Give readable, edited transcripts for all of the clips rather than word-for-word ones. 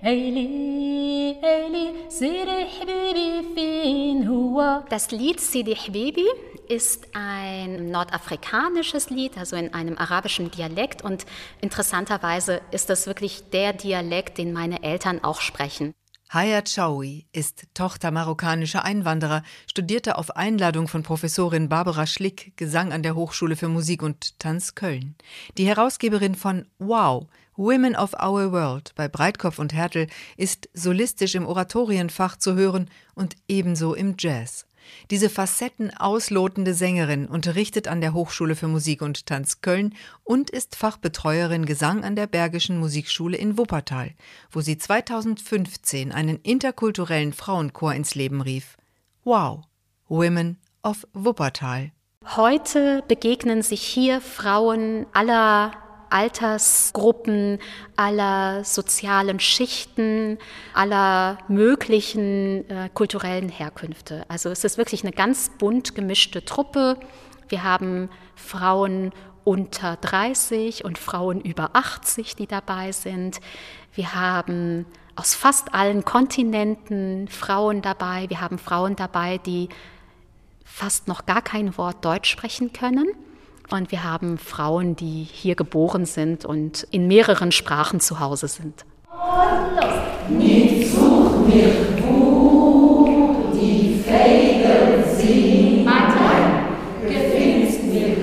Eili, Eili, Sidi Habibi, fin huwa. Das Lied Sidi Habibi ist ein nordafrikanisches Lied, also in einem arabischen Dialekt. Und interessanterweise ist das wirklich der Dialekt, den meine Eltern auch sprechen. Hayat Chaoui ist Tochter marokkanischer Einwanderer, studierte auf Einladung von Professorin Barbara Schlick Gesang an der Hochschule für Musik und Tanz Köln. Die Herausgeberin von Wow, Women of Our World bei Breitkopf und Härtel ist solistisch im Oratorienfach zu hören und ebenso im Jazz. Diese facettenauslotende Sängerin unterrichtet an der Hochschule für Musik und Tanz Köln und ist Fachbetreuerin Gesang an der Bergischen Musikschule in Wuppertal, wo sie 2015 einen interkulturellen Frauenchor ins Leben rief. Wow, Women of Wuppertal. Heute begegnen sich hier Frauen aller Altersgruppen, aller sozialen Schichten, aller möglichen kulturellen Herkünfte. Also es ist wirklich eine ganz bunt gemischte Truppe. Wir haben Frauen unter 30 und Frauen über 80, die dabei sind. Wir haben aus fast allen Kontinenten Frauen dabei. Wir haben Frauen dabei, die fast noch gar kein Wort Deutsch sprechen können. Und wir haben Frauen, die hier geboren sind und in mehreren Sprachen zu Hause sind. Und los! Nicht such mich, wo die Vögel sind. Nein, gefindest mich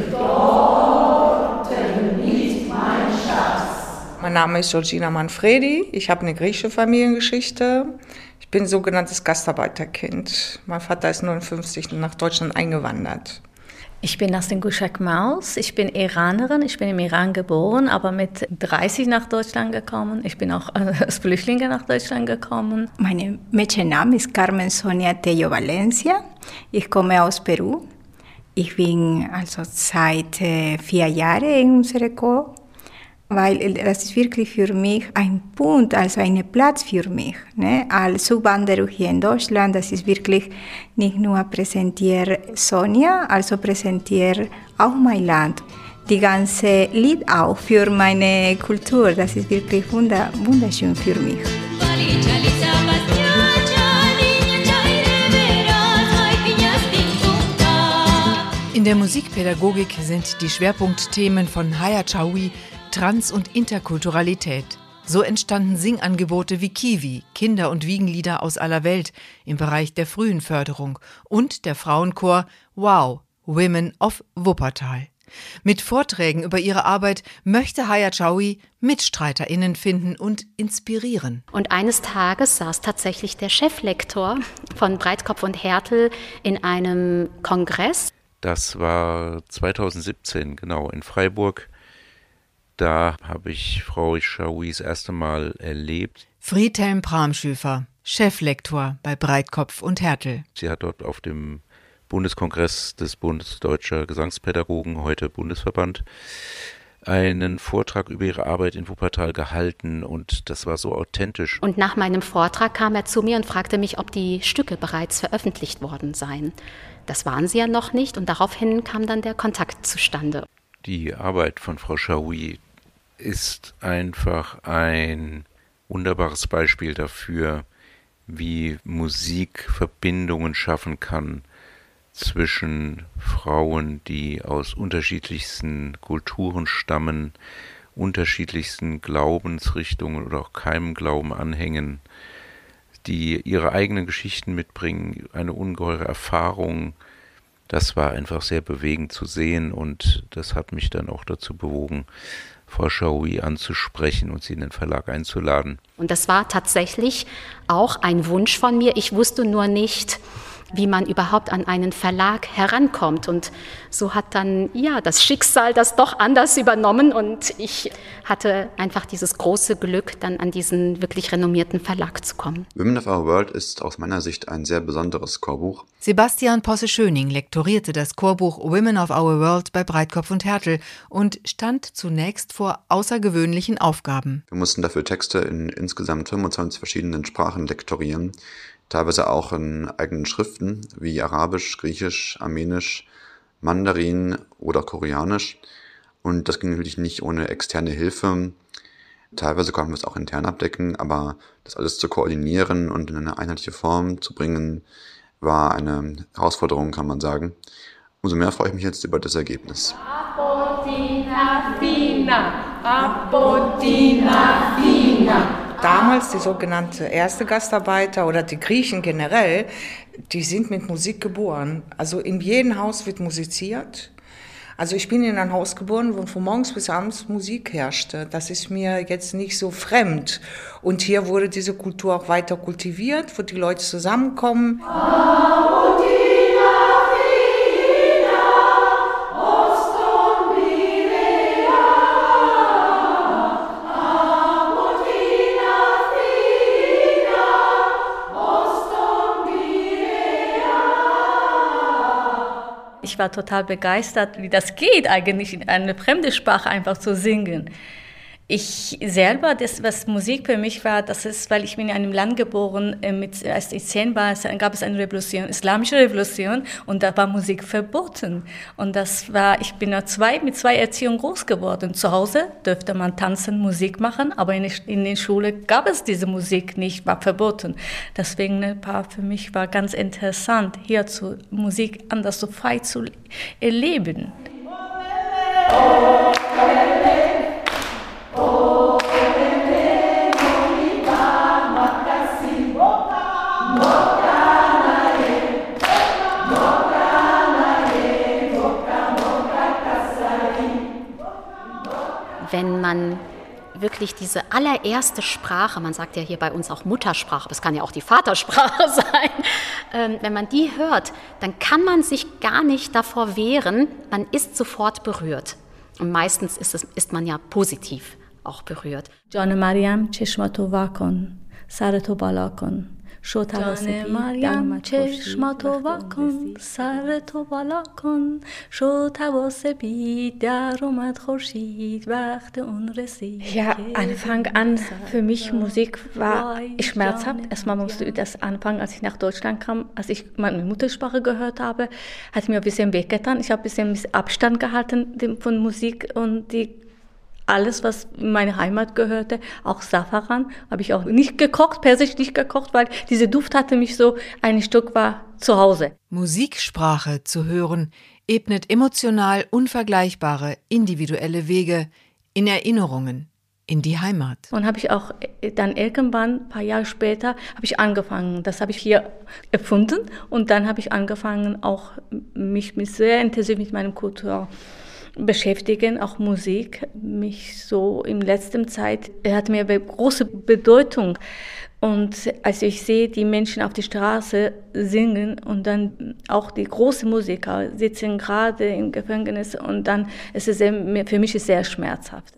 dort nicht, mein Schatz. Mein Name ist Georgina Manfredi. Ich habe eine griechische Familiengeschichte. Ich bin sogenanntes Gastarbeiterkind. Mein Vater ist 59 nach Deutschland eingewandert. Ich bin Nasrin Gushak-Maus, ich bin Iranerin, ich bin im Iran geboren, aber mit 30 nach Deutschland gekommen. Ich bin auch als Flüchtlinge nach Deutschland gekommen. Mein Mädchenname ist Carmen Sonia Tello Valencia. Ich komme aus Peru. Ich bin also seit 4 Jahren in unserem Chor, weil das ist wirklich für mich ein Punkt, also ein Platz für mich. Ne? Als Zuwanderer hier in Deutschland, das ist wirklich nicht nur präsentiere Sonja, also präsentiere auch mein Land. Die ganze Lied auch für meine Kultur, das ist wirklich wunderschön für mich. In der Musikpädagogik sind die Schwerpunktthemen von Hayat Chaoui Trans- und Interkulturalität. So entstanden Singangebote wie Kiwi, Kinder- und Wiegenlieder aus aller Welt im Bereich der frühen Förderung und der Frauenchor Wow, Women of Wuppertal. Mit Vorträgen über ihre Arbeit möchte Hayat Chaoui MitstreiterInnen finden und inspirieren. Und eines Tages saß tatsächlich der Cheflektor von Breitkopf und Härtel in einem Kongress. Das war 2017, genau, in Freiburg. Da habe ich Frau Chaoui das erste Mal erlebt. Friedhelm Pramschüfer, Cheflektor bei Breitkopf und Härtel. Sie hat dort auf dem Bundeskongress des Bundes Deutscher Gesangspädagogen, heute Bundesverband, einen Vortrag über ihre Arbeit in Wuppertal gehalten und das war so authentisch. Und nach meinem Vortrag kam er zu mir und fragte mich, ob die Stücke bereits veröffentlicht worden seien. Das waren sie ja noch nicht und daraufhin kam dann der Kontakt zustande. Die Arbeit von Frau Chaoui ist einfach ein wunderbares Beispiel dafür, wie Musik Verbindungen schaffen kann zwischen Frauen, die aus unterschiedlichsten Kulturen stammen, unterschiedlichsten Glaubensrichtungen oder auch keinem Glauben anhängen, die ihre eigenen Geschichten mitbringen, eine ungeheure Erfahrung. Das war einfach sehr bewegend zu sehen und das hat mich dann auch dazu bewogen, Frau Chaoui anzusprechen und sie in den Verlag einzuladen. Und das war tatsächlich auch ein Wunsch von mir. Ich wusste nur nicht, wie man überhaupt an einen Verlag herankommt. Und so hat dann das Schicksal das doch anders übernommen und ich hatte einfach dieses große Glück, dann an diesen wirklich renommierten Verlag zu kommen. Women of Our World ist aus meiner Sicht ein sehr besonderes Chorbuch. Sebastian Posse-Schöning lektorierte das Chorbuch Women of Our World bei Breitkopf und Härtel und stand zunächst vor außergewöhnlichen Aufgaben. Wir mussten dafür Texte in insgesamt 25 verschiedenen Sprachen lektorieren, teilweise auch in eigenen Schriften wie Arabisch, Griechisch, Armenisch, Mandarin oder Koreanisch. Und das ging natürlich nicht ohne externe Hilfe. Teilweise konnten wir es auch intern abdecken, aber das alles zu koordinieren und in eine einheitliche Form zu bringen, war eine Herausforderung, kann man sagen. Umso mehr freue ich mich jetzt über das Ergebnis. Damals die sogenannte erste Gastarbeiter oder die Griechen generell, die sind mit Musik geboren. Also in jedem Haus wird musiziert. Also ich bin in ein Haus geboren, wo von morgens bis abends Musik herrschte. Das ist mir jetzt nicht so fremd. Und hier wurde diese Kultur auch weiter kultiviert, wo die Leute zusammenkommen. Ich war total begeistert, wie das geht, eigentlich in eine fremde Sprache einfach zu singen. Ich selber, das, was Musik für mich war, das ist, weil ich bin in einem Land geboren, als ich 10 war, gab es eine Revolution, islamische Revolution, und da war Musik verboten. Und das war, ich bin mit 2 Erziehungen groß geworden. Zu Hause dürfte man tanzen, Musik machen, aber in der Schule gab es diese Musik nicht, war verboten. Deswegen für mich war ganz interessant, hier Musik anders so frei zu erleben. Wenn man wirklich diese allererste Sprache, man sagt ja hier bei uns auch Muttersprache, aber es kann ja auch die Vatersprache sein, wenn man die hört, dann kann man sich gar nicht davor wehren, man ist sofort berührt. Und meistens ist man ja positiv auch berührt. Jane Mariam, چشماتو واکن، سرتو بالا کن. جان مریم چشماتو واکن، سرتو بالا کن، شو سپید در اومد خورشید وقت اون رسید. Ja, Anfang an für mich Musik war schmerzhaft. Erstmal musste ich das anfangen, als ich nach Deutschland kam, als ich meine Muttersprache gehört habe, hat mir ein bisschen wehgetan. Ich habe ein bisschen Abstand gehalten von Musik und alles, was in meine Heimat gehörte, auch Safaran, habe ich auch nicht gekocht, persisch nicht gekocht, weil dieser Duft hatte mich so, ein Stück war zu Hause. Musiksprache zu hören, ebnet emotional unvergleichbare, individuelle Wege in Erinnerungen, in die Heimat. Und habe ich auch dann irgendwann, ein paar Jahre später, habe ich angefangen, das habe ich hier erfunden, und dann habe ich angefangen, auch mich sehr intensiv mit meinem Kultur beschäftigen, auch Musik, mich so in letzter Zeit, hat mir eine große Bedeutung. Und als ich sehe, die Menschen auf der Straße singen und dann auch die großen Musiker sitzen gerade im Gefängnis, und dann ist es für mich sehr schmerzhaft.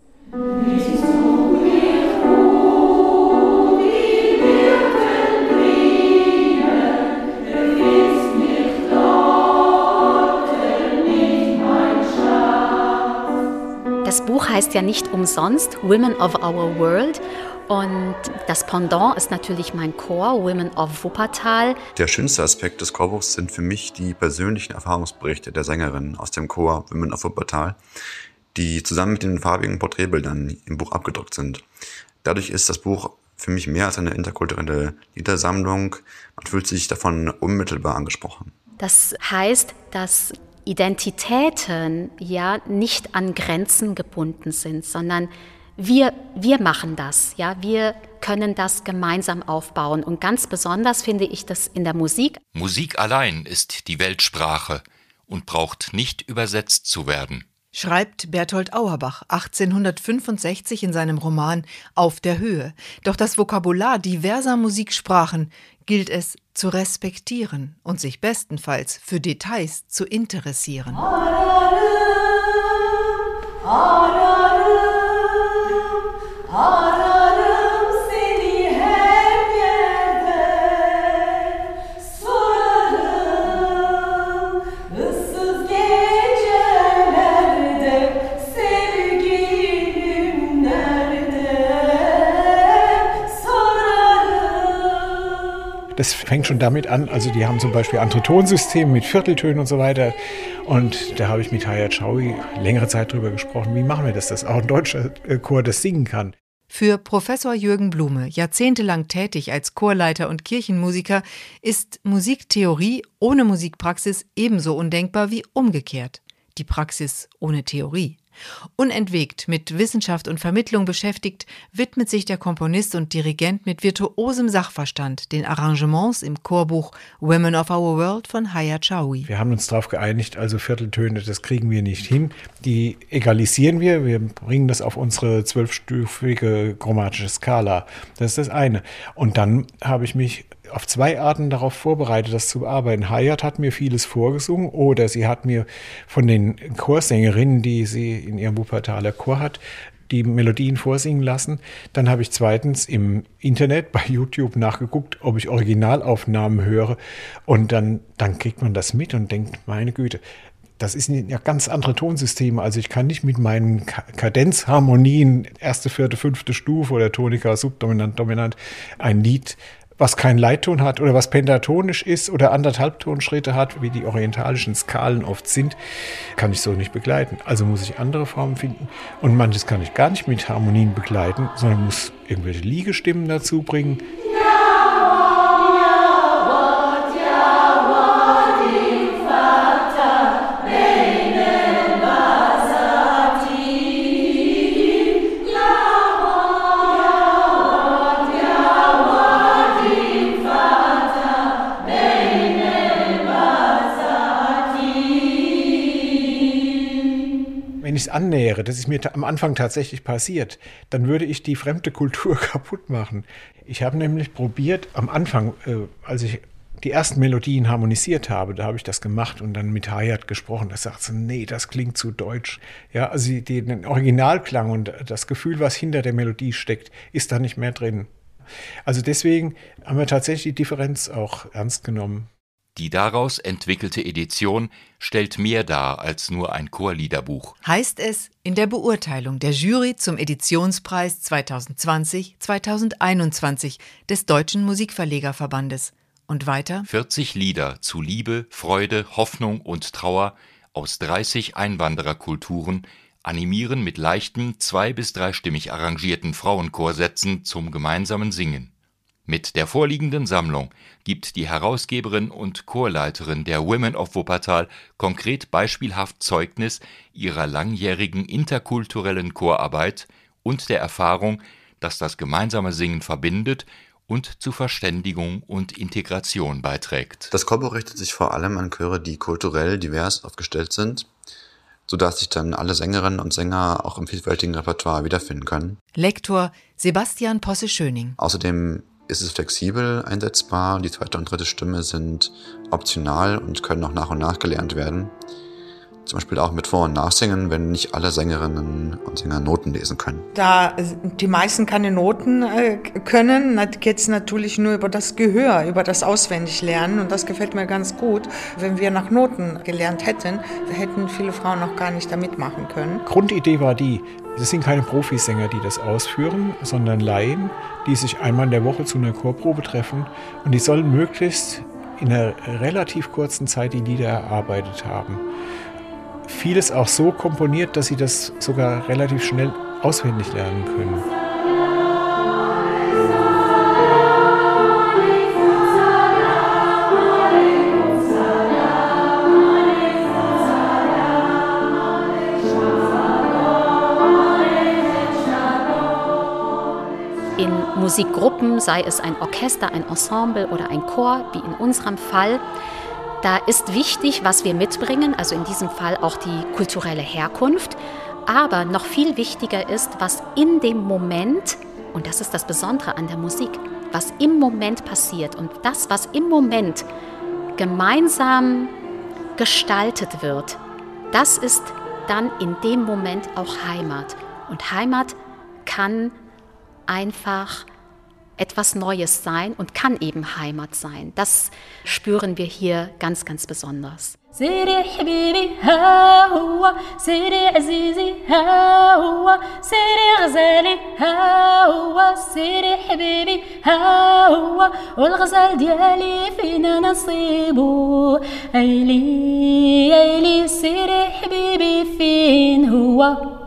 Das Buch heißt ja nicht umsonst Women of Our World, und das Pendant ist natürlich mein Chor, Women of Wuppertal. Der schönste Aspekt des Chorbuchs sind für mich die persönlichen Erfahrungsberichte der Sängerinnen aus dem Chor Women of Wuppertal, die zusammen mit den farbigen Porträtbildern im Buch abgedruckt sind. Dadurch ist das Buch für mich mehr als eine interkulturelle Liedersammlung. Man fühlt sich davon unmittelbar angesprochen. Das heißt, dass Identitäten ja nicht an Grenzen gebunden sind, sondern wir machen das, ja, wir können das gemeinsam aufbauen. Und ganz besonders finde ich das in der Musik. Musik allein ist die Weltsprache und braucht nicht übersetzt zu werden, schreibt Bertolt Auerbach 1865 in seinem Roman Auf der Höhe. Doch das Vokabular diverser Musiksprachen gilt es zu respektieren und sich bestenfalls für Details zu interessieren. Das fängt schon damit an, also die haben zum Beispiel andere Tonsysteme mit Vierteltönen und so weiter. Und da habe ich mit Hayat Shawi längere Zeit drüber gesprochen, wie machen wir das, dass auch ein deutscher Chor das singen kann. Für Professor Jürgen Blume, jahrzehntelang tätig als Chorleiter und Kirchenmusiker, ist Musiktheorie ohne Musikpraxis ebenso undenkbar wie umgekehrt. Die Praxis ohne Theorie. Unentwegt mit Wissenschaft und Vermittlung beschäftigt, widmet sich der Komponist und Dirigent mit virtuosem Sachverstand den Arrangements im Chorbuch Women of Our World von Hayat Chaoui. Wir haben uns darauf geeinigt, also Vierteltöne, das kriegen wir nicht hin. Die egalisieren wir bringen das auf unsere 12-stufige chromatische Skala. Das ist das eine. Und dann habe ich mich auf 2 Arten darauf vorbereitet, das zu bearbeiten. Hayat hat mir vieles vorgesungen oder sie hat mir von den Chorsängerinnen, die sie in ihrem Wuppertaler Chor hat, die Melodien vorsingen lassen. Dann habe ich zweitens im Internet bei YouTube nachgeguckt, ob ich Originalaufnahmen höre. Und dann kriegt man das mit und denkt, meine Güte, das ist ja ganz andere Tonsysteme. Also ich kann nicht mit meinen Kadenzharmonien, 1., 4., 5. Stufe oder Tonika, Subdominant, Dominant, ein Lied, was keinen Leitton hat oder was pentatonisch ist oder 1,5 Tonschritte hat, wie die orientalischen Skalen oft sind, kann ich so nicht begleiten. Also muss ich andere Formen finden. Und manches kann ich gar nicht mit Harmonien begleiten, sondern muss irgendwelche Liegestimmen dazu bringen. Wenn ich es annähere, das ist mir am Anfang tatsächlich passiert, dann würde ich die fremde Kultur kaputt machen. Ich habe nämlich probiert, am Anfang, als ich die ersten Melodien harmonisiert habe, da habe ich das gemacht und dann mit Hayat gesprochen. Da sagt sie, nee, das klingt zu deutsch. Ja, also den Originalklang und das Gefühl, was hinter der Melodie steckt, ist da nicht mehr drin. Also deswegen haben wir tatsächlich die Differenz auch ernst genommen. Die daraus entwickelte Edition stellt mehr dar als nur ein Chorliederbuch. Heißt es in der Beurteilung der Jury zum Editionspreis 2020/2021 des Deutschen Musikverlegerverbandes. Und weiter: 40 Lieder zu Liebe, Freude, Hoffnung und Trauer aus 30 Einwandererkulturen animieren mit leichten 2- bis 3-stimmig arrangierten Frauenchorsätzen zum gemeinsamen Singen. Mit der vorliegenden Sammlung gibt die Herausgeberin und Chorleiterin der Women of Wuppertal konkret beispielhaft Zeugnis ihrer langjährigen interkulturellen Chorarbeit und der Erfahrung, dass das gemeinsame Singen verbindet und zu Verständigung und Integration beiträgt. Das Chorbuch richtet sich vor allem an Chöre, die kulturell divers aufgestellt sind, sodass sich dann alle Sängerinnen und Sänger auch im vielfältigen Repertoire wiederfinden können. Lektor Sebastian Posse-Schöning. Außerdem ist es flexibel einsetzbar. Die 2. und 3. Stimme sind optional und können auch nach und nach gelernt werden. Zum Beispiel auch mit Vor- und Nachsingen, wenn nicht alle Sängerinnen und Sänger Noten lesen können. Da die meisten keine Noten können, geht es natürlich nur über das Gehör, über das Auswendiglernen. Und das gefällt mir ganz gut. Wenn wir nach Noten gelernt hätten, hätten viele Frauen noch gar nicht da mitmachen können. Grundidee war das sind keine Profisänger, die das ausführen, sondern Laien, die sich einmal in der Woche zu einer Chorprobe treffen. Und die sollen möglichst in einer relativ kurzen Zeit die Lieder erarbeitet haben. Vieles auch so komponiert, dass sie das sogar relativ schnell auswendig lernen können. In Musikgruppen, sei es ein Orchester, ein Ensemble oder ein Chor, wie in unserem Fall, da ist wichtig, was wir mitbringen, also in diesem Fall auch die kulturelle Herkunft. Aber noch viel wichtiger ist, was in dem Moment, und das ist das Besondere an der Musik, was im Moment passiert. Und das, was im Moment gemeinsam gestaltet wird, das ist dann in dem Moment auch Heimat. Und Heimat kann einfach etwas Neues sein und kann eben Heimat sein. Das spüren wir hier ganz, ganz besonders. سيري حبيبي ها هو سيري عزيزي ها هو سيري غزالي ها هو سيري حبيبي ها هو والغزال ديالي فينا نصيبو ايلي ايلي سيري حبيبي فين هو